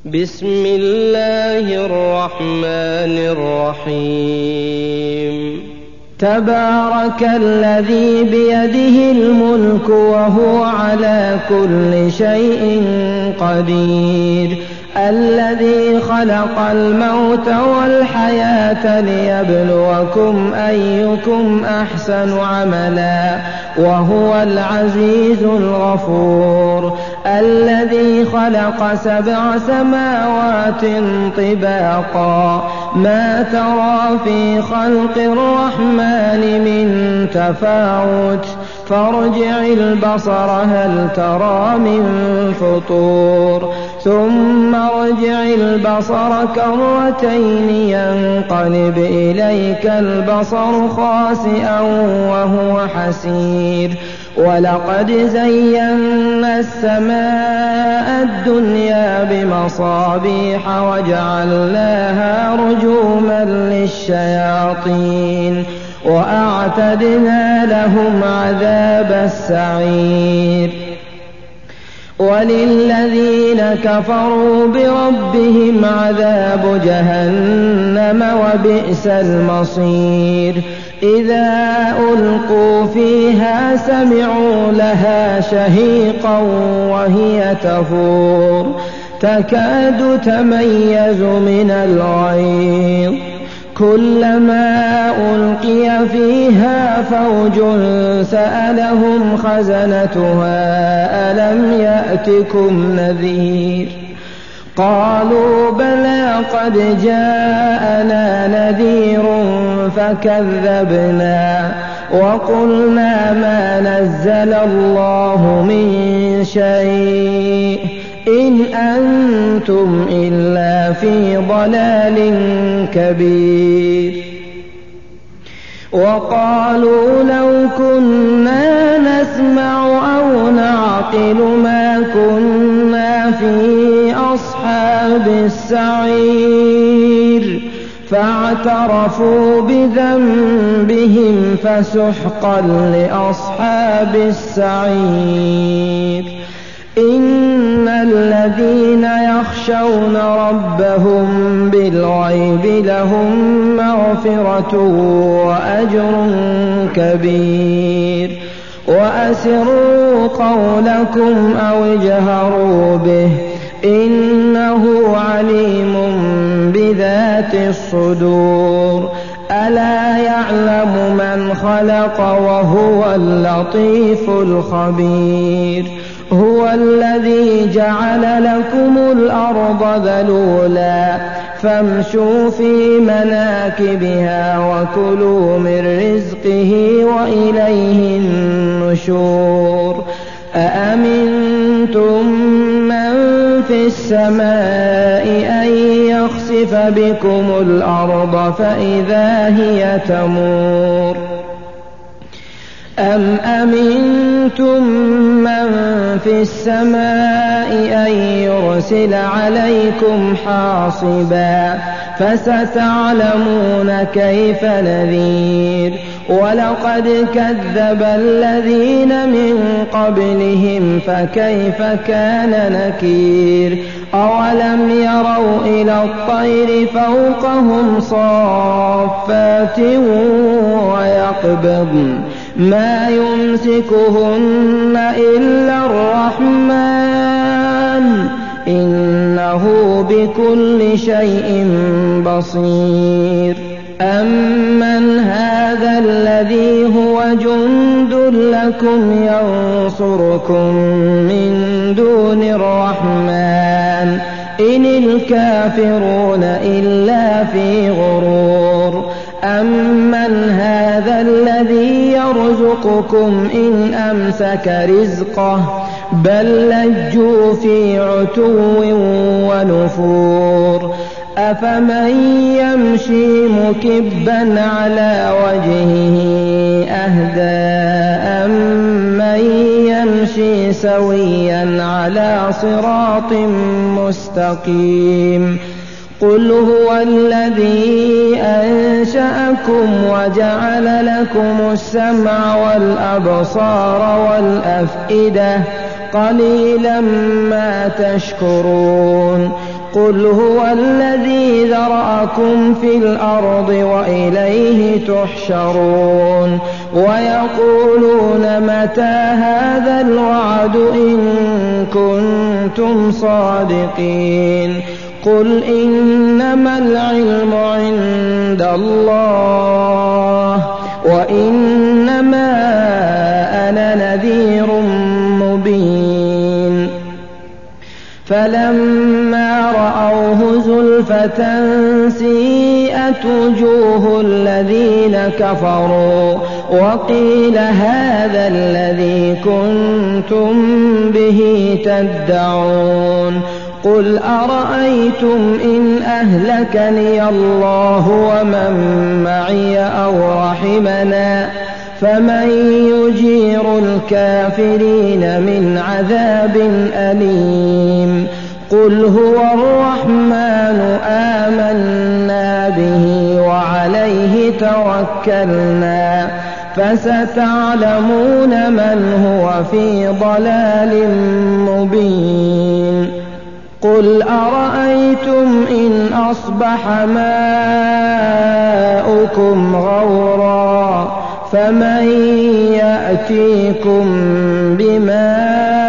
بسم الله الرحمن الرحيم تبارك الذي بيده الملك وهو على كل شيء قدير الذي خلق الموت والحياة ليبلوكم أيكم أحسن عملا وهو العزيز الغفور الذي خلق 7 سماوات طباقا ما ترى في خلق الرحمن من تفاوت فارجع البصر هل ترى من فطور ثم ارجع البصر كرتين ينقلب إليك البصر خاسئا وهو حسير ولقد زينا السماء الدنيا بمصابيح وجعلناها رجوما للشياطين وأعتدنا لهم عذاب السعير وللذين كفروا بربهم عذاب جهنم وبئس المصير إذا ألقوا فيها سمعوا لها شهيقا وهي تفور تكاد تميز من الغيظ كلما ألقي فيها فوج سألهم خزنتها ألم يأتكم نذير قالوا بلى قد جاءنا نذير فكذبنا وقلنا ما نزل الله من شيء إن أنتم إلا في ضلال كبير وقالوا لو كنا نسمع أو نعقل ما كنا في أصحاب السعير فاعترفوا بذنبهم فسحقا لأصحاب السعير إن الذين يخشون ربهم بالغيب لهم مغفرة وأجر كبير وأسروا قولكم أو اجهروا به إنه عليم بذات الصدور ألا يعلم من خلق وهو اللطيف الخبير هو الذي جعل لكم الأرض ذلولا فامشوا في مناكبها وكلوا من رزقه وإليه النشور أأمنتم من في السماء أن يخسف بكم الأرض فإذا هي تمور أم أمنتم من في السماء أن يرسل عليكم حاصبا فستعلمون كيف نذير ولقد كذب الذين من قبلهم فكيف كان نكير أولم يروا إلى الطير فوقهم صافات ويقبضن ما يمسكهن إلا الرحمن إنه بكل شيء بصير أمن هذا الذي هو جند لكم ينصركم من دون الرحمن إن الكافرون إلا في غرور أمن هذا الذي يرزقكم إن أمسك رزقه بل لجوا في عتو ونفور أفمن يمشي مكبا على وجهه أهدى أمن يمشي سويا على صراط مستقيم قل هو الذي أنشأكم وجعل لكم السمع والأبصار والأفئدة قليلا ما تشكرون قل هو الذي ذرأكم في الأرض وإليه تحشرون ويقولون متى هذا الوعد إن كنتم صادقين قل إنما العلم عند الله وإنما أنا نذير مبين فلما رأوه زلفة سيئت وجوه الذين كفروا وقيل هذا الذي كنتم به تدعون قل أرأيتم إن أهلكني الله ومن معي أو رحمنا فمن يجير الكافرين من عذاب أليم قل هو الرحمن آمنا به وعليه توكلنا فستعلمون من هو في ضلال مبين قل أرأيتم إن أصبح ماؤكم غورا فمن يأتيكم بماء